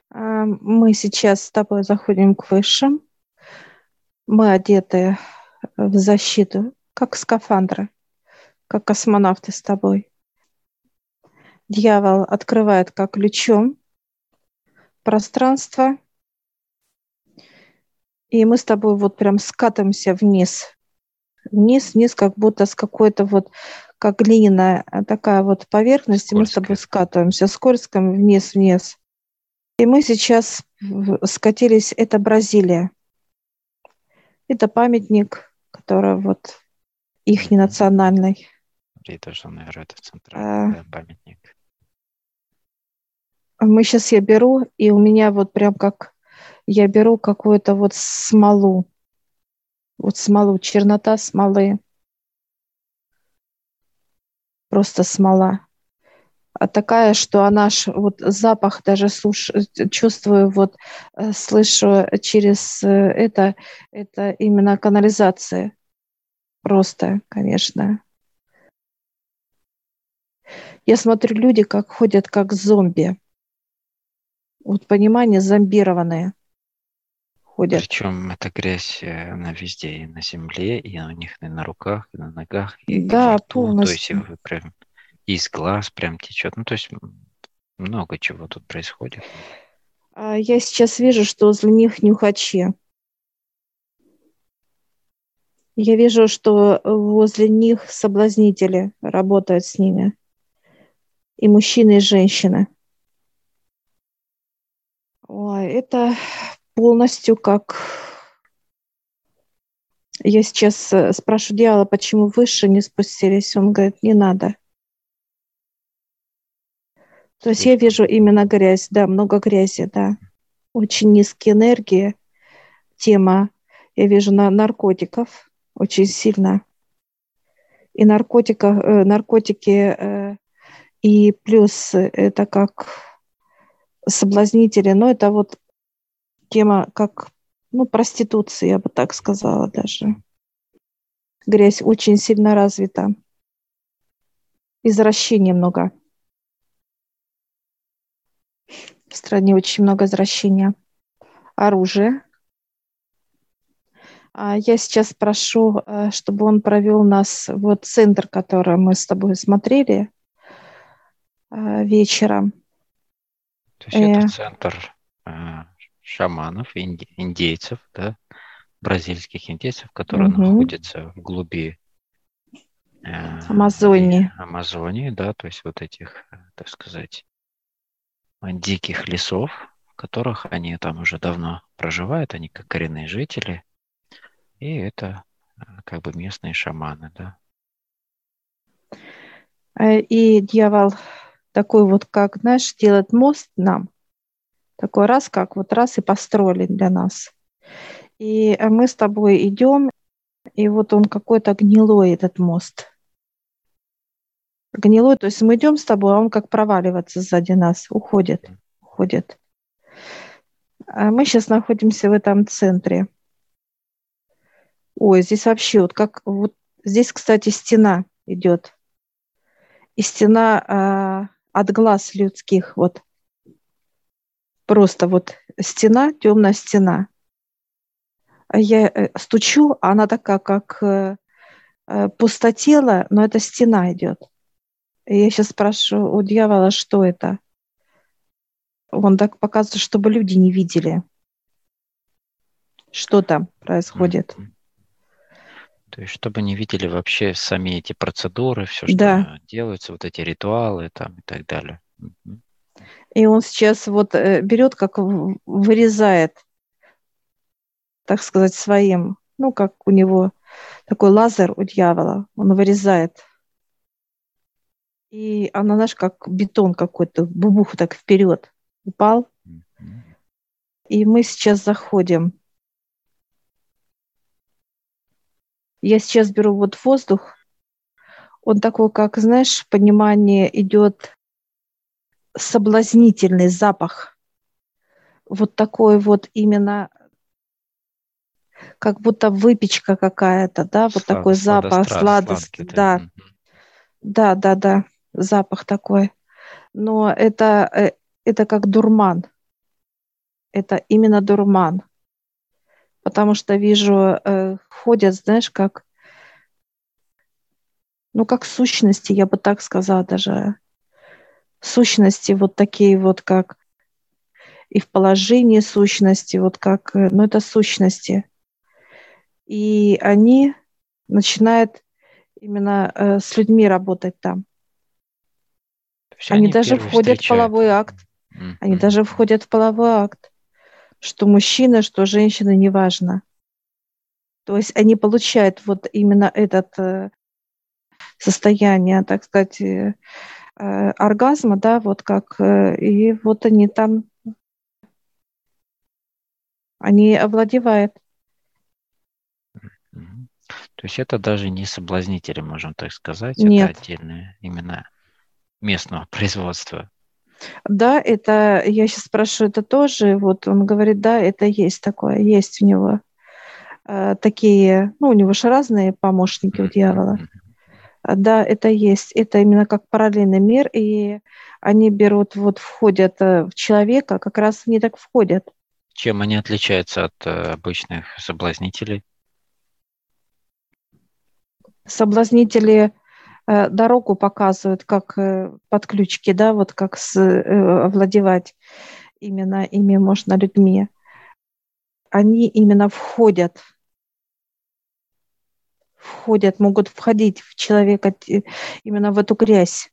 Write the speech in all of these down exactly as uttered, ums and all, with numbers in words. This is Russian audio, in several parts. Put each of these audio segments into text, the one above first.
А, Мы сейчас с тобой заходим к высшим. Мы одеты в защиту, как скафандры, как космонавты с тобой. Дьявол открывает как ключом пространство, и мы с тобой вот прям скатываемся вниз. Вниз, вниз, как будто с какой-то вот, как глиняная а, такая вот поверхность, и мы с тобой Скользкая. скатываемся скользко вниз, вниз. И мы сейчас в- скатились, это Бразилия. Это памятник, который вот их Мгм. национальный. Рио-де-Жанейро — это центральный, А, да, памятник. Мы сейчас я беру, и у меня вот прям как я беру какую-то вот смолу, вот смолу, чернота смолы, просто смола. А такая, что она ж, вот запах даже слуш, чувствую, вот э, слышу через э, это, это именно канализация. Просто, конечно. Я смотрю, люди как ходят, как зомби. Вот понимание, зомбированные ходят. Причем эта грязь, э, она везде, и на земле, и у них и на руках, и на ногах, и, и во Да, рту, то есть и полностью. вы прям из глаз прям течет. Ну, то есть м, много чего тут происходит. А я сейчас вижу, что возле них нюхачи. Я вижу, что возле них соблазнители работают с ними. И мужчины, и женщины. Ой, это полностью как... Я сейчас э, спрашиваю дьявола, почему выше не спустились. Он говорит, не надо. То есть я Слишком вижу именно грязь, да, много грязи, да. Очень низкие энергии. Тема, я вижу, на наркотиков очень сильно. И наркотика, э, наркотики, э, и плюс э, это как соблазнители, но это вот тема как, ну, проституции, я бы так сказала даже. Грязь очень сильно развита. Извращений много. В стране очень много извращения. Оружие. А я сейчас прошу, э, чтобы он провел нас в центр, который мы с тобой смотрели э, вечером. То есть это Э, центр э, шаманов, инди- индейцев, да, бразильских индейцев, которые мгм. находятся в глуби э, ри- Амазонии. Амазонии, да, то есть вот этих, э, так сказать, э, диких лесов, в которых они там уже давно проживают, они как коренные жители, и это э, как бы местные шаманы, да. Э, И дьявол такой вот, как, знаешь, делает мост нам. Такой раз, как вот раз и построили для нас. И э, мы с тобой идем, и вот он какой-то гнилой, этот мост. Гнилой, то есть мы идем с тобой, а он как проваливается сзади нас, уходит, уходит. А мы сейчас находимся в этом центре. Ой, здесь вообще вот как вот здесь, кстати, стена идет. И стена а, от глаз людских, вот просто вот стена, темная стена. А я э, стучу, а она такая, как э, э, пустотела, но это стена идет. И я сейчас спрашиваю у дьявола, что это? Он так показывает, чтобы люди не видели, что там происходит. Мгм. То есть, чтобы не видели вообще сами эти процедуры, все, Да, что делается, вот эти ритуалы там и так далее. Мгм. и он сейчас вот э, берет, как в- вырезает, так сказать, своим, ну, как у него такой лазер у дьявола, он вырезает. И она, знаешь, как бетон какой-то, бубух так вперед упал. Мгм. И мы сейчас заходим. Я сейчас беру вот воздух, он такой, как, знаешь, понимание идет соблазнительный запах. Вот такой вот именно, как будто выпечка какая-то, да, вот такой Слад- запах Сладострад, сладость, сладкий, да. да, Мгм. да, да, да, запах такой. Но это, э, это как дурман. Это именно дурман. Потому что вижу, э, ходят, знаешь, как, ну, как сущности, я бы так сказала даже. Сущности вот такие вот, как и в положении сущности, вот как, э, ну, это сущности. И они начинают именно э, с людьми работать там. То есть Они они даже первые входят в встречают. половой акт. Они Мгм. даже входят в половой акт, что мужчина, что женщина, неважно. То есть они получают вот именно это э, состояние, так сказать, э, э, оргазма, да, вот как, э, и вот они там, они овладевают. Мгм. То есть это даже не соблазнители, можем так сказать, это Нет. отдельное именно местного производства. Да, это, я сейчас спрашиваю, это тоже, вот он говорит, да, это есть такое, есть у него э, такие, ну, у него же разные помощники у дьявола. Мгм. А, Да, это есть, это именно как параллельный мир, и они берут, вот входят э, в человека, как раз они так входят. Чем они отличаются от э, обычных соблазнителей? Соблазнители э, дорогу показывают, как э, под ключики, да, вот как с, э, овладевать именно ими можно людьми. Они именно входят, входят, могут входить в человека э, именно в эту грязь,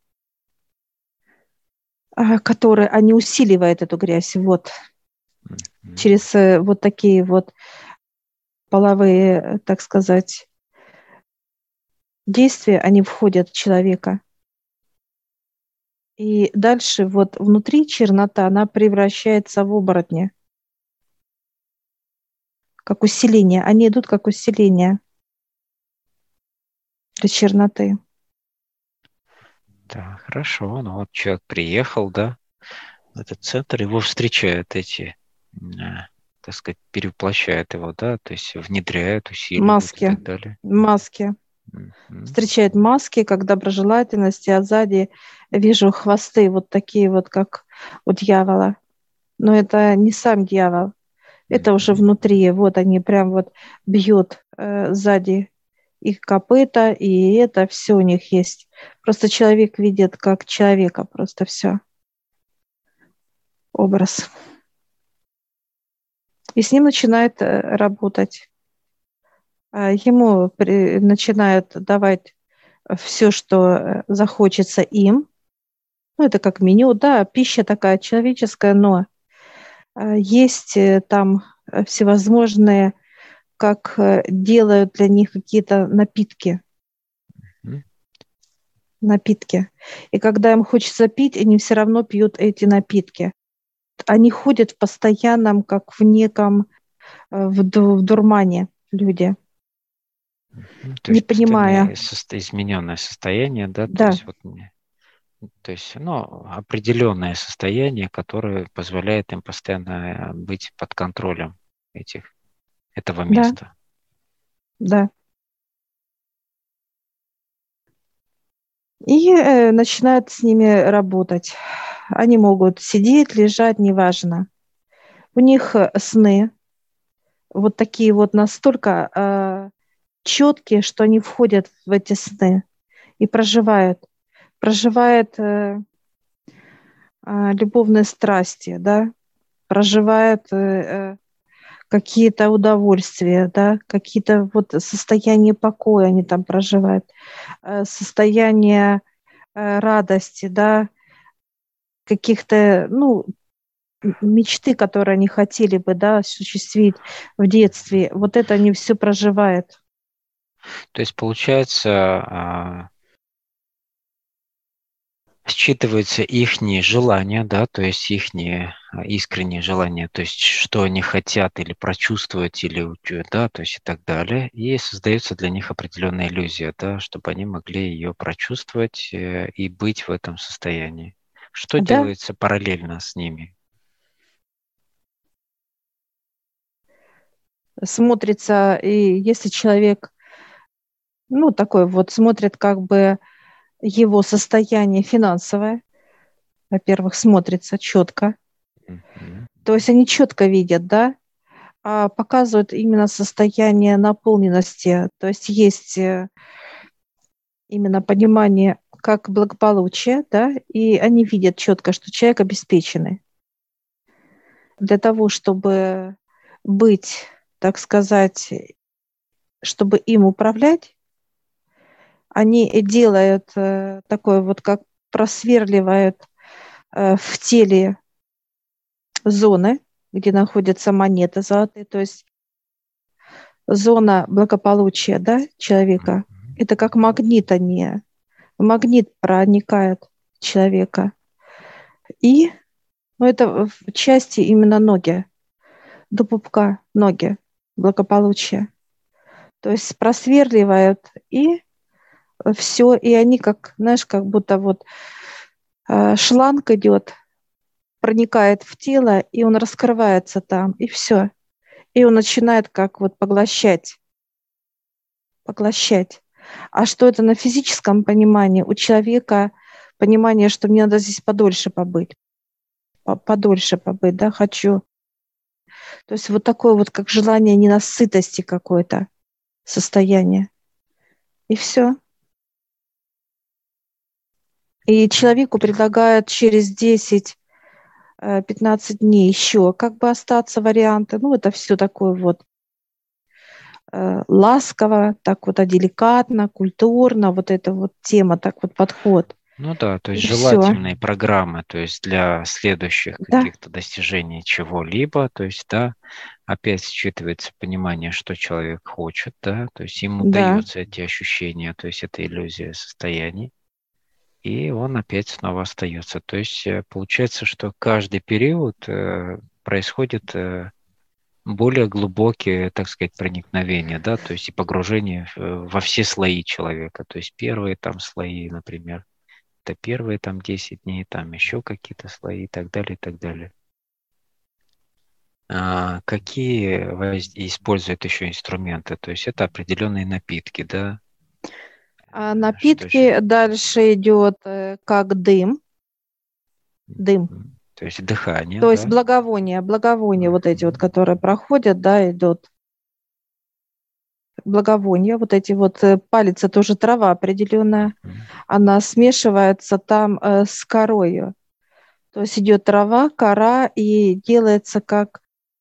а, которая, они усиливают эту грязь, вот, Мгм. через э, вот такие вот половые, э, так сказать, действия, они входят в человека. И дальше вот внутри чернота, она превращается в оборотня, как усиление. Они идут как усиление для черноты. Да, хорошо. Ну вот человек приехал, да, в этот центр, его встречают эти, э, так сказать, перевоплощают его, да, то есть внедряют, усиливают и Маски, так далее. маски. Мгм. Встречает маски, как доброжелательность, а сзади вижу хвосты вот такие вот, как у дьявола. Но это не сам дьявол, это уже Мгм. внутри. Вот они прям вот бьют э, сзади их копыта, и это все у них есть. Просто человек видит как человека, просто все, образ. И с ним начинает э, работать. А Ему при- начинают давать все, что э, захочется им. Ну, это как меню, да, пища такая человеческая, но э, есть э, там э, всевозможные, как э, делают для них какие-то напитки, Мгм. напитки. И когда им хочется пить, они все равно пьют эти напитки. Они ходят в постоянном, как в неком, э, в, ду- в дурмане люди, Мгм. То не есть понимая. постоянно состо- измененное состояние, да, то Да, есть вот, не- то есть, ну, определенное состояние, которое позволяет им постоянно э, быть под контролем этих, этого да, места. да. И э, начинают с ними работать. Они могут сидеть, лежать, неважно. У них э, сны вот такие вот настолько э, четкие, что они входят в эти сны и проживают. Проживают э, э, любовные страсти, да, проживают э, э, какие-то удовольствия, да, какие-то вот состояния покоя они там проживают, э, состояние э, радости, да, каких-то, ну, м- мечты, которые они хотели бы, да, осуществить в детстве. Вот это они все проживают. То есть, получается, а, считываются ихние желания, да, то есть ихние а, искренние желания, то есть что они хотят или прочувствовать, или, учё- да, то есть и так далее. И создается для них определенная иллюзия, да, чтобы они могли ее прочувствовать э, и быть в этом состоянии. Что Да, делается параллельно с ними? смотрится, и если человек, ну, такой вот смотрит как бы его состояние финансовое, во-первых, смотрится четко, Мгм. То есть они четко видят, да, а показывают именно состояние наполненности. То есть есть э, именно понимание как благополучие, да, и они видят четко, что человек обеспеченный. Для того, чтобы быть, так сказать, чтобы им управлять, они делают э, такое вот, как просверливают э, в теле зоны, где находятся монеты золотые, то есть зона благополучия, да, человека. Это как магнит, они, магнит проникает в человека. И ну, это в части именно ноги, до пупка ноги, благополучия. То есть просверливают и все, и они как, знаешь, как будто вот э, шланг идет, проникает в тело, и он раскрывается там, и все. И он начинает как вот поглощать, поглощать. А что это на физическом понимании? У человека понимание, что мне надо здесь подольше побыть, подольше побыть, да, хочу. То есть вот такое вот как желание ненасытости какое-то состояние. И все. И человеку предлагают через десять-пятнадцать дней еще как бы остаться варианты. Ну, это все такое вот э, ласково, так вот а деликатно, культурно, вот эта вот тема, так вот подход. Ну да, то есть И все. желательные программы, то есть для следующих Да, каких-то достижений чего-либо, то есть, да, опять считывается понимание, что человек хочет, да, то есть ему да. даются эти ощущения, то есть это иллюзия состояний, и он опять снова остается. То есть э, получается, что каждый период э, происходит э, более глубокие, так сказать, проникновения, да, то есть и погружение в- э, во все слои человека, то есть первые там слои, например, это первые там десять дней, там еще какие-то слои и так далее, и так далее. А какие воз- используют еще инструменты? То есть это определенные напитки, да? А Э, Что еще? напитки дальше идет э, как дым, дым. М, То есть дыхание, То есть да? благовония, благовония вот эти вот, Мгм. которые проходят, да, идут благовония, вот эти вот э, палец, это тоже трава определенная, Мгм. она смешивается там э, с корою. То есть идет трава, кора и делается как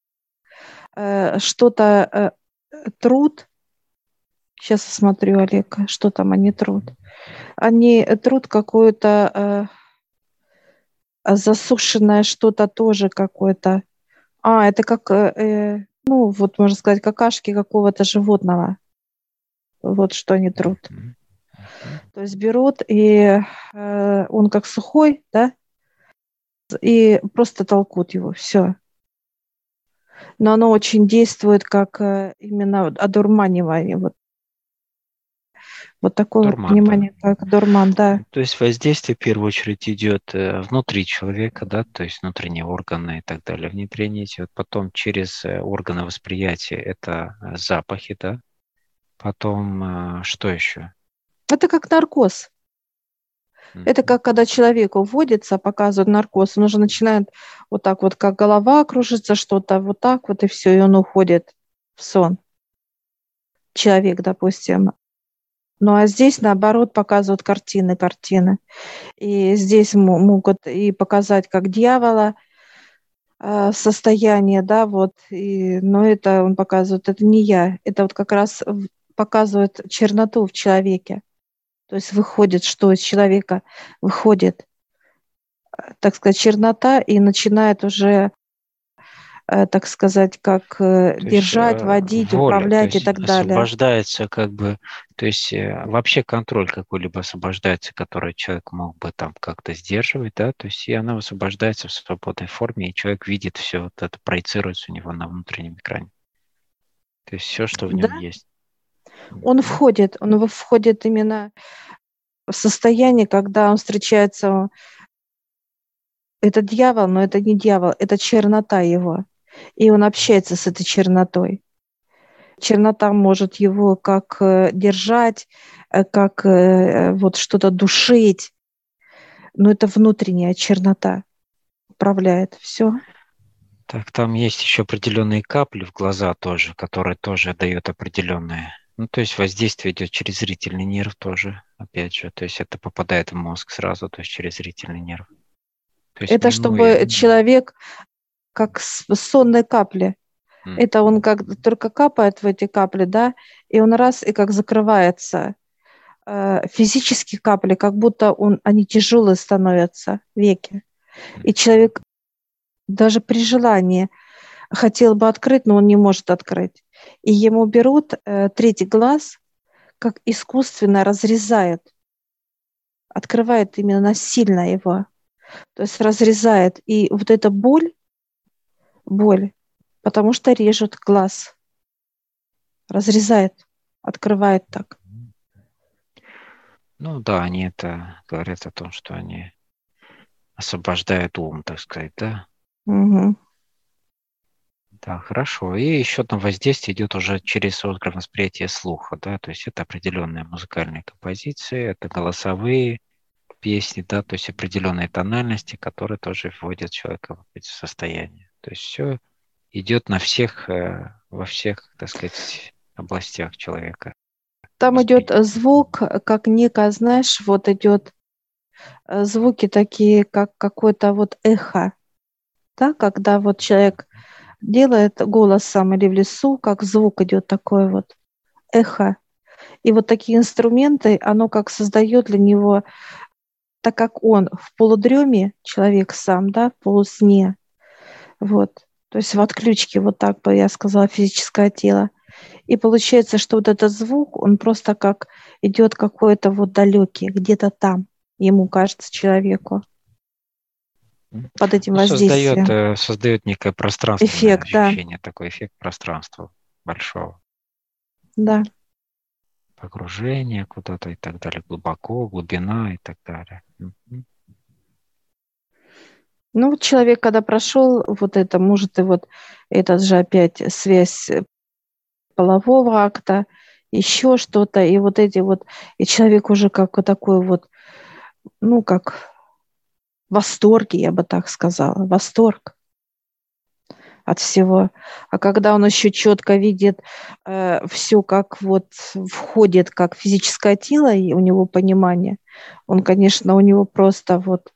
э, что-то э, труд. Сейчас смотрю, Олег, что там они труд. Они трут какое-то э, засушенное что-то тоже какое-то. А, это как, э, э, ну, вот можно сказать, какашки какого-то животного. Вот что они трут. Мгм. Мгм. То есть берут, и э, он как сухой, да, и просто толкут его, все. Но оно очень действует как э, именно вот одурманивание, вот, вот такое вот Дурман, да. понимание, как дурман, да. То есть воздействие в первую очередь идет э, внутри человека, да, то есть внутренние органы и так далее. Внедрение идет потом через э, органы восприятия, это э, запахи, да. Потом э, что еще? Это как наркоз. Это Мгм. как когда человеку вводится, показывают наркоз, он уже начинает вот так вот, как голова кружится, что-то вот так вот, и все, и он уходит в сон. Человек, допустим. Ну а здесь, наоборот, показывают картины, картины. И здесь мо- могут и показать, как дьявола э, состояние, да, вот. И, но это он показывает, это не я. Это вот как раз в- показывает черноту в человеке. То есть выходит, что из человека выходит, так сказать, чернота и начинает уже, э, так сказать, как э, То есть держать, э, водить, воля, то управлять и есть так далее. освобождается как бы, то есть э, вообще контроль какой-либо освобождается, который человек мог бы там как-то сдерживать, да, то есть и она высвобождается в свободной форме, и человек видит все вот это, проецируется у него на внутреннем экране. То есть все, что в Да, нем есть. он Мгм. входит, он во- входит именно в состояние, когда он встречается, это дьявол, но это не дьявол, это чернота его. И он общается с этой чернотой. Чернота может его как э, держать, э, как э, вот что-то душить, но это внутренняя чернота управляет все. Так, там есть еще определенные капли в глаза тоже, которые тоже дают определенное. Ну, то есть воздействие идет через зрительный нерв тоже, опять же. То есть это попадает в мозг сразу, то есть через зрительный нерв. То есть Это минуя... чтобы человек, как с сонной капли, М, это он как только капает в эти капли, да, и он раз, и как закрывается. Э, Физические капли, как будто он, они тяжелые становятся, веки. м, И человек даже при желании хотел бы открыть, но он не может открыть. И ему берут э, третий глаз, как искусственно разрезает, открывает именно насильно его, то есть разрезает. И вот эта боль, боль, потому что режут глаз, разрезает, открывает так. м. Ну да, они это говорят о том, что они освобождают ум, так сказать, да? Мгм. Да, хорошо. И еще одно воздействие идет уже через орган восприятия слуха, да, то есть это определенные музыкальные композиции, это голосовые песни, да, то есть определенные тональности, которые тоже вводят человека в эти состояния. То есть все идет на всех, э, во всех, так сказать, областях человека. Там идет Восприятие. э, звук, э, как некое, знаешь, вот идет э, звуки такие, как какое-то вот эхо, да, когда вот человек делает голосом или в лесу, как звук идет такой вот эхо. И вот такие инструменты, оно как создает для него, так как он в полудреме, человек сам, да, в полусне, вот, то есть в отключке, вот так бы я сказала, физическое тело. И получается, что вот этот звук, он просто как идет какой-то вот далекий, где-то там, ему кажется, человеку, М. под этим Ну, создает, воздействием. э, создает некое пространственное Эффект, да, ощущение, такой эффект пространства большого. да. Погружение куда-то и так далее, глубоко, глубина и так далее. Мгм. Ну, вот человек, когда прошел вот это, может, и вот этот же опять связь э, полового акта, еще что-то, и вот эти вот, и человек уже как вот такой вот, ну, как в восторге, я бы так сказала, восторг от всего. А когда он еще четко видит э, все, как вот входит, как физическое тело, и у него понимание, он, конечно, у него просто вот...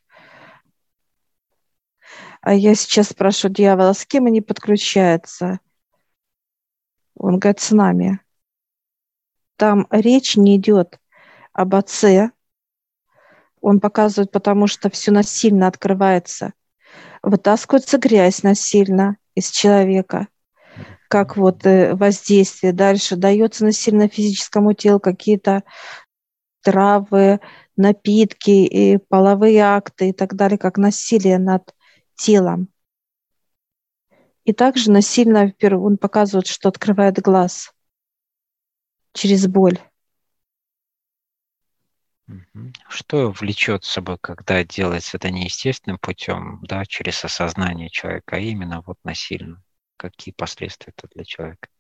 А я сейчас спрашиваю дьявола, с кем они подключаются? Он говорит, с нами. Там речь не идет об отце. Он показывает, потому что все насильно открывается. Вытаскивается грязь насильно из человека, как вот э, воздействие. Дальше дается насильно физическому телу какие-то травы, напитки, и половые акты и так далее, как насилие над телом. И также насильно он показывает, что открывает глаз через боль. Мгм. Что влечет с собой, когда делается это неестественным путем, да, через осознание человека, а именно вот насильно? Какие последствия это для человека?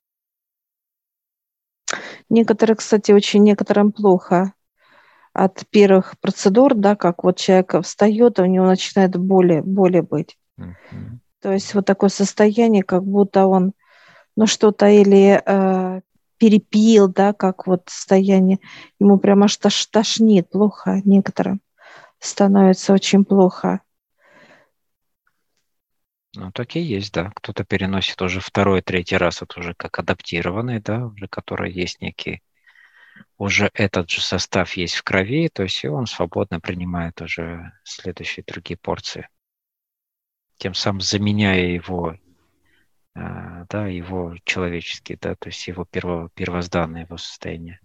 Некоторые, кстати, очень некоторым плохо от первых процедур, да, как вот человек встает, а у него начинает боли, боли быть. Мгм. То есть вот такое состояние, как будто он, ну, что-то или э, перепил, да, как вот состояние, ему прямо аж тош- тошнит, плохо некоторым становится очень плохо. Ну, так и есть, да. Кто-то переносит уже второй, третий раз, это уже как адаптированный, да, уже который есть некий, уже этот же состав есть в крови, то есть и он свободно принимает уже следующие другие порции, тем самым заменяя его, а, да, его человеческий, да, то есть его перво, первозданное его состояние.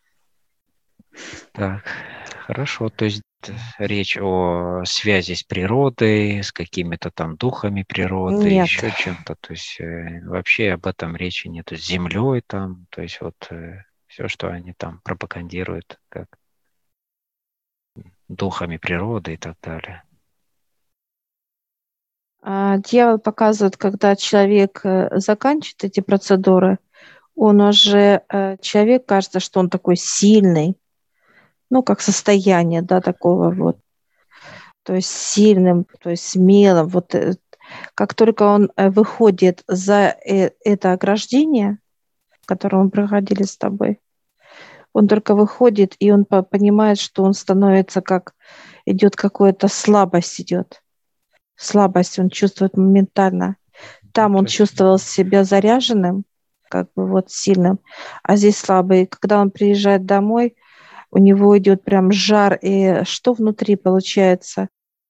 Так, хорошо, то есть э, речь о связи с природой, с какими-то там духами природы, Нет. еще чем-то, то есть э, вообще об этом речи нет, с землей там, то есть вот э, все, что они там пропагандируют, как духами природы и так далее. А дьявол показывает, когда человек э, заканчивает эти процедуры, он уже, э, человек, кажется, что он такой сильный, ну, как состояние, да, такого вот, то есть сильным, то есть смелым, вот, э, Как только он э, выходит за э, это ограждение, в котором мы проходили с тобой, он только выходит, и он по- понимает, что он становится как, идет какая-то слабость идет. Слабость он чувствует моментально. Ну, Там он то есть, чувствовал себя заряженным, как бы вот сильным, а здесь слабый. И когда он приезжает домой, у него идет прям жар, и что внутри получается?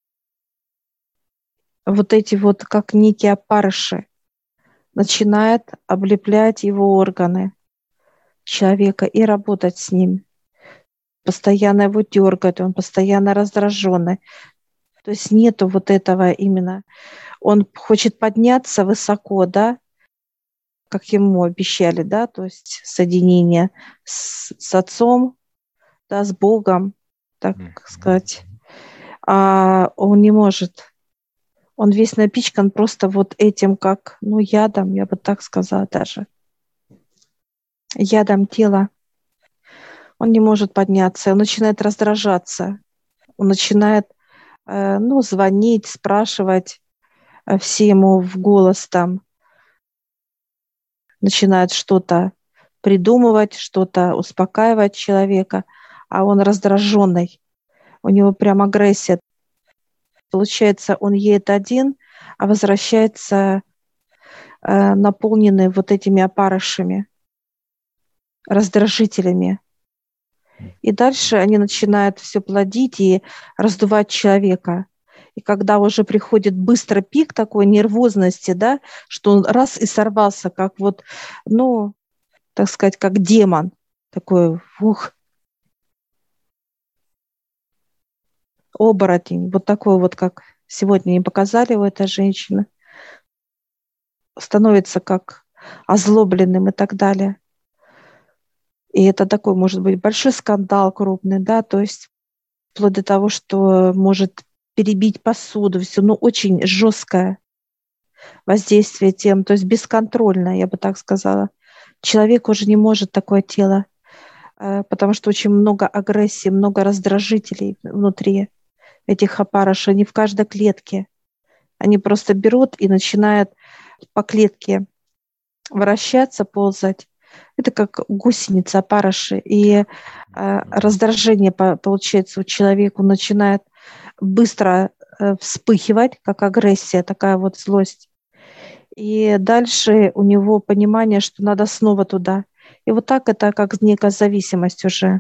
Вот эти вот, как некие опарыши, начинает облеплять его органы человека и работать с ним. Постоянно его дергает, он постоянно раздраженный. То есть нету вот этого именно. Он хочет подняться высоко, да, как ему обещали, да, то есть соединение с, с отцом, да, с Богом, так м, сказать. А он не может. Он весь напичкан просто вот этим, как, ну, ядом, я бы так сказала даже. Ядом тела. Он не может подняться, он начинает раздражаться. Он начинает, э, ну, звонить, спрашивать э, все ему в голос там, начинает что-то придумывать, что-то успокаивать человека, а он раздраженный, у него прям агрессия. Получается, он едет один, а возвращается э, наполненный вот этими опарышами, раздражителями. И дальше они начинают все плодить и раздувать человека. И когда уже приходит быстро пик такой нервозности, да, что он раз и сорвался, как вот, ну, так сказать, как демон. Такой, ух, оборотень. Вот такой вот, как сегодня не показали у этой женщины. Становится как озлобленным и так далее. И это такой, может быть, большой скандал крупный, да, то есть вплоть до того, что может перебить посуду, все, ну, очень жесткое воздействие тем, то есть бесконтрольное, я бы так сказала. Человек уже не может такое тело, э, потому что очень много агрессии, много раздражителей внутри этих опарышей, они в каждой клетке. Они просто берут и начинают по клетке вращаться, ползать. Это как гусеница, опарыши. И э, да. раздражение, по- получается, у человека начинает быстро э, вспыхивать, как агрессия, такая вот злость. И дальше у него понимание, что надо снова туда. И вот так это как некая зависимость уже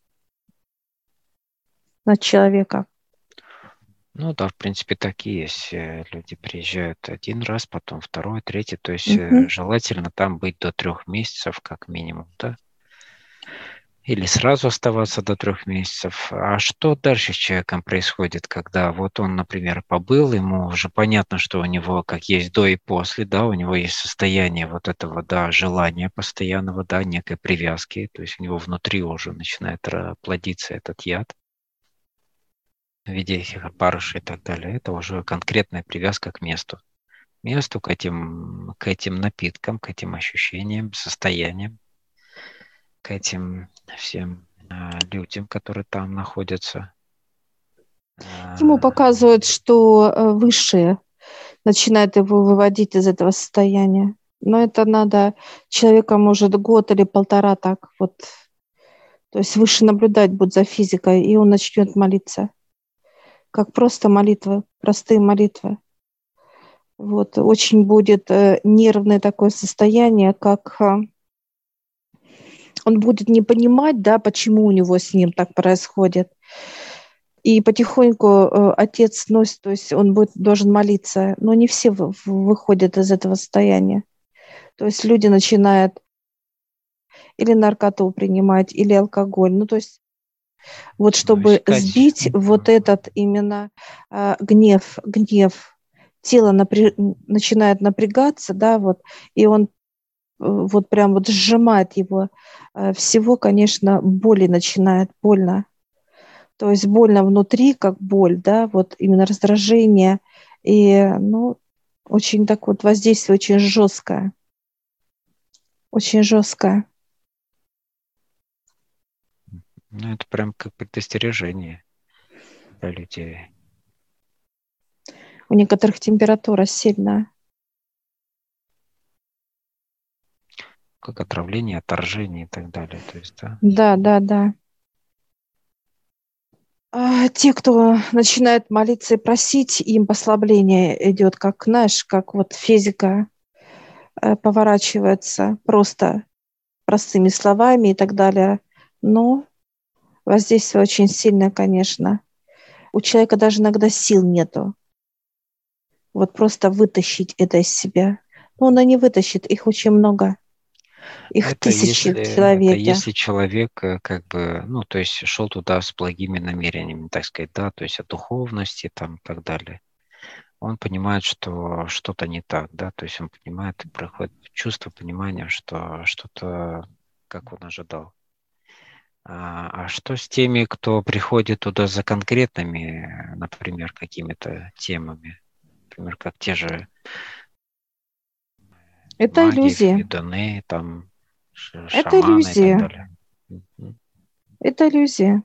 над человеком. Ну да, в принципе, так и есть. Э, Люди приезжают один раз, потом второй, третий. То есть э, Мгм. желательно там быть до трех месяцев как минимум, да? Или сразу оставаться до трех месяцев. А что дальше с человеком происходит, когда вот он, например, побыл, ему уже понятно, что у него как есть до и после, да, у него есть состояние вот этого, да, желания постоянного, да, некой привязки, то есть у него внутри уже начинает ра- плодиться этот яд в виде этих опарышей и так далее. Это уже конкретная привязка к месту. Месту, к этим, к этим напиткам, к этим ощущениям, состояниям, к этим всем а, людям, которые там находятся. Ему А, показывают, что э, высшие начинают его выводить из этого состояния. Но это надо, человека может год или полтора так вот, то есть выше наблюдать будет за физикой, и он начнет молиться. Как просто молитвы, простые молитвы. Вот, очень будет э, нервное такое состояние, как э, он будет не понимать, да, почему у него с ним так происходит. И потихоньку э, отец носит, то есть он будет, должен молиться, но не все в- в- выходят из этого состояния. То есть люди начинают или наркоту принимать, или алкоголь. Ну, то есть вот ну, чтобы искать. сбить вот этот именно э, гнев, гнев, тело напря- начинает напрягаться, да, вот, и он э, вот прям вот сжимает его, э, всего, конечно, боли начинает, больно. То есть больно внутри, как боль, да, вот именно раздражение. И, ну, очень так вот воздействие очень жесткое, очень жесткое. Ну, это прям как предостережение для людей. У некоторых температура сильная. Как отравление, отторжение и так далее. То есть, да? Да, да, да. А те, кто начинает молиться и просить, им послабление идет, как, знаешь, как вот физика э, поворачивается просто простыми словами и так далее. Но воздействие очень сильное, конечно. У человека даже иногда сил нету. Вот просто вытащить это из себя. Но он и не вытащит, их очень много. Их Это тысячи если, в это человеке. если человек э, как бы, ну, то есть шел туда с благими намерениями, так сказать, да, то есть о духовности там и так далее. Он понимает, что что-то не так, да, то есть он понимает, проходит чувство понимания, что что-то, как он ожидал. А, а что с теми, кто приходит туда за конкретными, например, какими-то темами, например, как те же Это маги, иллюзии. ведуны, там, ш- Это шаманы и так иллюзия. далее. Мгм. Это иллюзия.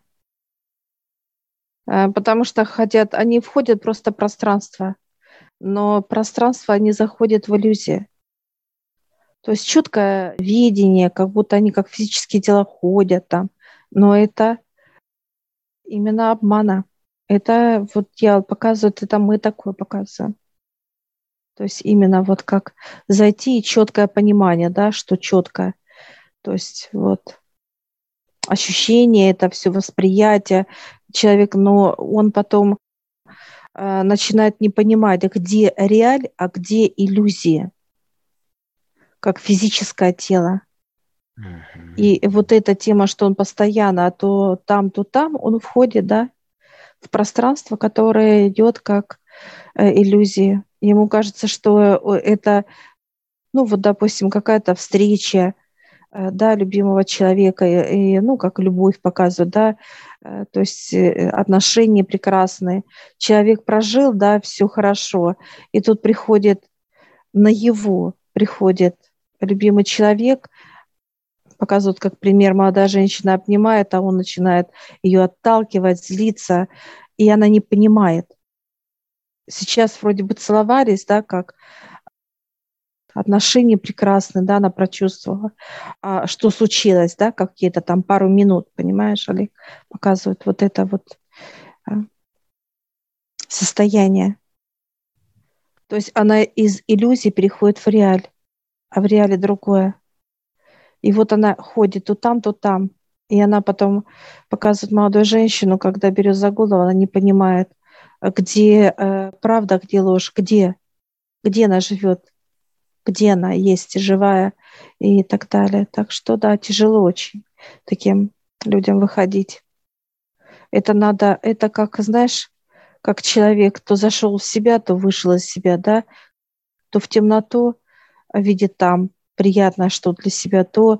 Э, Потому что хотят, они входят просто в пространство, но пространство они заходят в иллюзии. То есть четкое видение, как будто они как физические тела ходят там. Но это именно обмана. Это вот я показываю, это мы такое показываем. То есть именно вот как зайти и четкое понимание, да, что четкое. То есть вот ощущение, это все восприятие человек, но он потом э, начинает не понимать, где реаль, а где иллюзия, как физическое тело. Мгм. И вот эта тема, что он постоянно то там, то там, он входит, да, в пространство, которое идет как э, иллюзия. Ему кажется, что э, это, ну вот, допустим, какая-то встреча, э, да, любимого человека, и, и, ну, как любовь показывает, да, э, то есть э, отношения прекрасные. Человек прожил, да, все хорошо, и тут приходит наяву, приходит любимый человек, показывают как пример, молодая женщина обнимает, а он начинает ее отталкивать, злиться, и она не понимает. Сейчас вроде бы целовались, да, как отношения прекрасные, да, она прочувствовала. А что случилось, да, какие-то там пару минут, понимаешь, Олег, показывают вот это вот а, состояние. То есть она из иллюзии переходит в реаль, а в реале другое. И вот она ходит то там, то там. И она потом показывает молодую женщину, когда берет за голову, она не понимает, где э, правда, где ложь, где, где она живет, где она есть, живая и так далее. Так что да, тяжело очень таким людям выходить. Это надо, это как, знаешь, как человек, то зашел в себя, то вышел из себя, да, то в темноту видит там приятное что для себя, то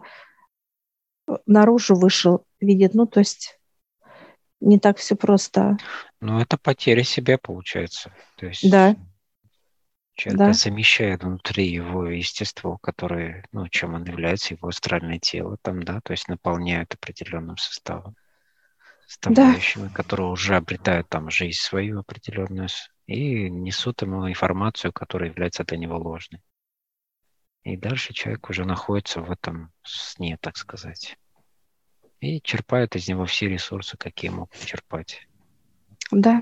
наружу вышел, видит, ну, то есть не так все просто. Ну, это потеря себя получается. То есть Да, человека да, замещает внутри его естество, которое, ну, чем он является, его астральное тело, там, да, то есть наполняет определенным составом, да, составляющими, которые уже обретают там жизнь свою определенную с- и несут ему информацию, которая является для него ложной. И дальше человек уже находится в этом сне, так сказать, и черпает из него все ресурсы, какие мог черпать. да.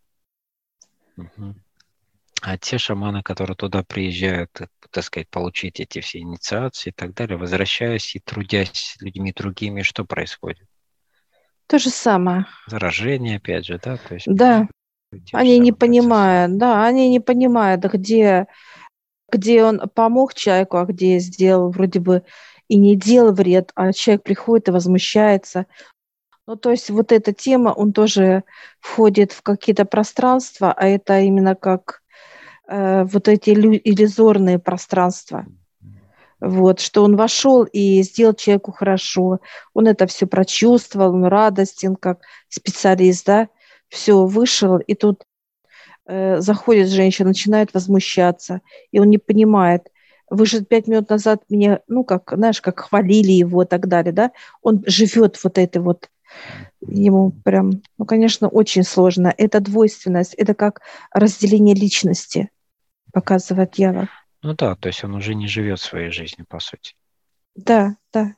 Мгм. А те шаманы, которые туда приезжают, э, так сказать, получить эти все инициации и так далее, возвращаясь и трудясь с людьми другими, что происходит? То же самое. Заражение, опять же, да, то есть Да, тем же они не самым процессом. понимают, да, они не понимают, где, где он помог человеку, а где сделал вроде бы и не делал вред, а человек приходит и возмущается. Ну, то есть вот эта тема, он тоже входит в какие-то пространства, а это именно как э, вот эти иллю- иллюзорные пространства. Вот, что он вошел и сделал человеку хорошо. Он это все прочувствовал, он радостен, как специалист, да, все, вышел, и тут э, заходит женщина, начинает возмущаться, и он не понимает, вы же пять минут назад меня, ну, как, знаешь, как хвалили его и так далее, да, он живет вот этой вот ему прям, ну, конечно, очень сложно. Это двойственность, это как разделение личности, показывает дьявол. Ну да, то есть он уже не живет своей жизнью, по сути. Да, да.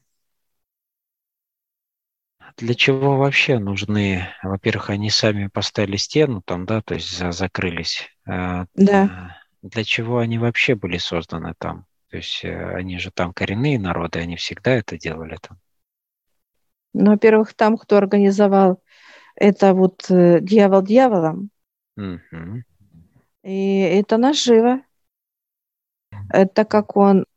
Для чего вообще нужны, во-первых, они сами поставили стену там, да, то есть за- закрылись. А, Да. а, Для чего они вообще были созданы там? То есть э, они же там коренные народы, они всегда это делали там. Ну, во-первых, там, кто организовал это вот э, дьявол дьяволом, Мгм. и это наживо. Это как он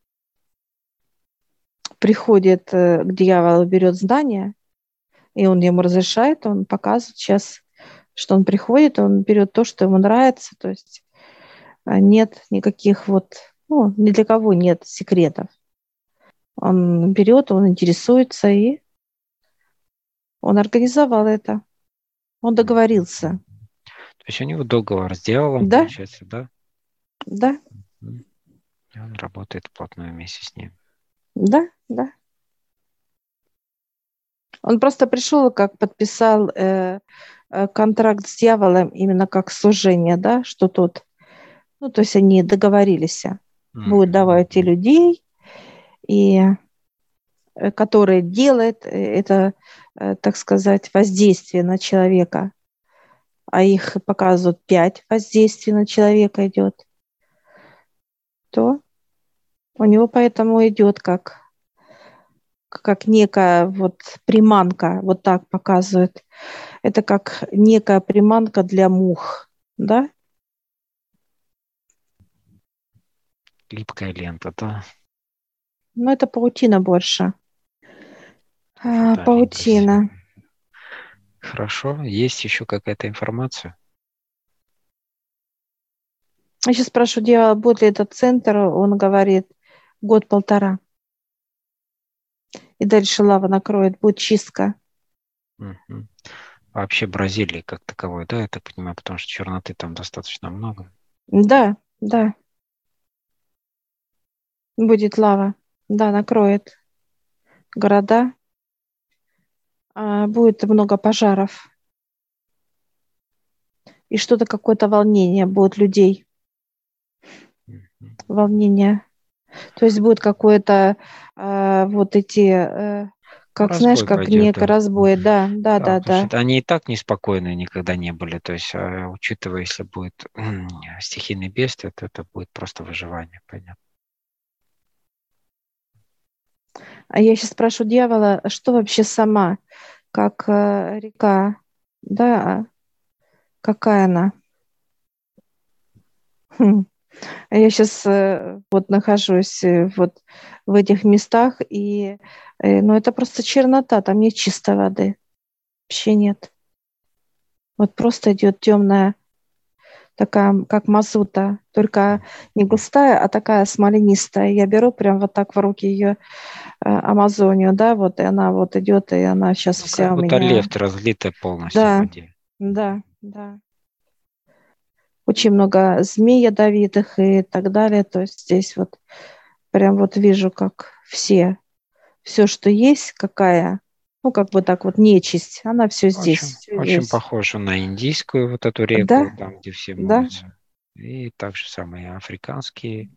приходит э, к дьяволу, берет здание, и он ему разрешает, он показывает сейчас, что он приходит, он берет то, что ему нравится, то есть а, нет никаких вот, ну, ни для кого нет секретов. Он берет, он интересуется, и он организовал это. Он договорился. То есть у него договор с дьяволом, Да, получается, да? да, Мгм. И он работает плотно вместе с ним. да, да. Он просто пришел, как подписал э, э, контракт с дьяволом, именно как служение, да, что тот, ну, то есть они договорились, будет Мгм. давать и людей, и э, которые делают э, это, э, так сказать, воздействие на человека, а их показывают пять воздействий на человека идет, то у него поэтому идет как, как некая вот приманка, вот так показывает. Это как некая приманка для мух, да? Липкая лента, да? Но это паутина больше. Уже А, долилась. паутина. Хорошо. Есть еще какая-то информация? Я сейчас спрашиваю, где будет ли этот центр, он говорит, год-полтора. И дальше лава накроет, будет чистка. Мгм. А вообще Бразилии как таковой, да, я так понимаю, потому что черноты там достаточно много. Да, да, будет лава. Да, накроет города. А, будет много пожаров. И что-то, какое-то волнение будет людей. Мгм. Волнение. То есть будет какое-то а, вот эти, э, Ну, как знаешь, разбой как пойдет, некое да. разбой. Да, да, Да, да, потому да. что они и так неспокойные никогда не были. То есть, а, учитывая, если будет стихийное бедствие, то это будет просто выживание, понятно. А я сейчас спрашиваю дьявола, а что вообще сама, как э, река, да, какая она? Хм. А я сейчас вот нахожусь э, вот в этих местах, и э, ну, это просто чернота, там нет чистой воды, вообще нет. Вот просто идет темная, такая, как мазута, только не густая, а такая смоленистая. Я беру прям вот так в руки ее Амазонию, да, вот, и она вот идет, и она сейчас Ну, как вся у будто меня. лефт разлитый полностью в Да, воде. да, да. Очень много змей ядовитых и так далее. То есть здесь вот прям вот вижу, как все, все, что есть, какая, ну, как бы так вот нечисть, она все здесь, Очень, все очень здесь. похоже на индийскую вот эту Да, реку, там, где все да, моются. И также самые африканские.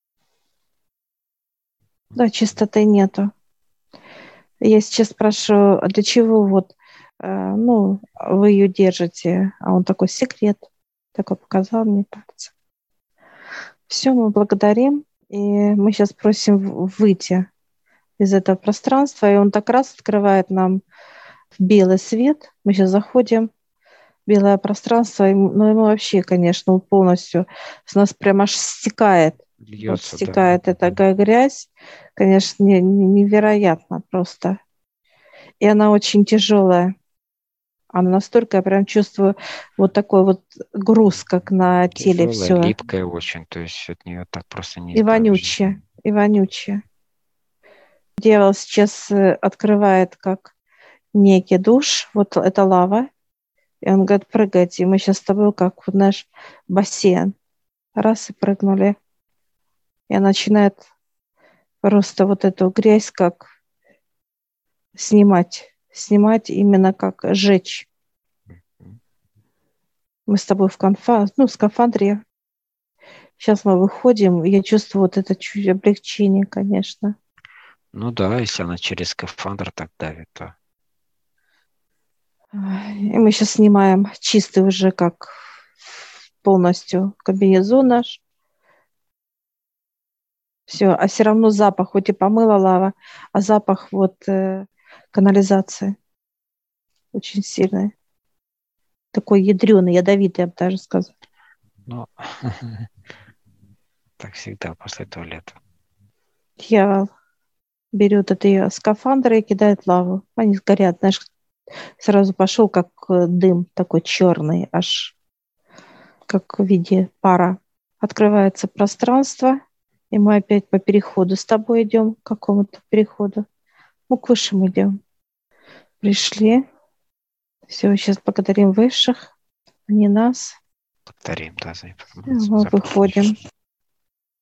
да, чистоты нету. Я сейчас спрашиваю, а для чего вот, э, ну, вы ее держите? А он такой секрет, такой показал мне пальцем. Все, мы благодарим, и мы сейчас просим в- выйти из этого пространства, и он так раз открывает нам в белый свет. Мы сейчас заходим, белое пространство, и м- ну, ему вообще, конечно, он полностью с нас прям аж стекает, вот Льется, да. стекает эта га- грязь, конечно, не- не- невероятно просто. И она очень тяжелая. Она настолько, я прям чувствую вот такой вот груз, как на теле Тяжелая, все. липкая очень, то есть от нее так просто не И избавишься. вонючее, и вонючее. Дьявол сейчас э, открывает как некий душ, вот это лава, и он говорит, прыгайте, мы сейчас с тобой как вот наш бассейн. Раз и прыгнули. И она начинает просто вот эту грязь как снимать, снимать именно как жечь. Мы с тобой в конфа, ну, в скафандре. Сейчас мы выходим, и я чувствую вот это чуть облегчение, конечно. Ну да, если она через скафандр так давит, то... И мы сейчас снимаем чистый уже как полностью комбинезон наш. Все, а все равно запах, хоть и помыла лава, а запах вот э, канализации очень сильный. Такой ядреный, ядовитый, я бы даже сказала. Ну, так всегда после туалета. Дьявол берет это ее скафандр и кидает лаву. Они горят, знаешь, сразу пошел как э, дым такой черный, аж как в виде пара. Открывается пространство, и мы опять по переходу с тобой идем, к какому-то переходу. Мы к высшим идем. Пришли. Все, сейчас благодарим высших, а не нас. Благодарим, да, за И информацию. мы За помощь. выходим.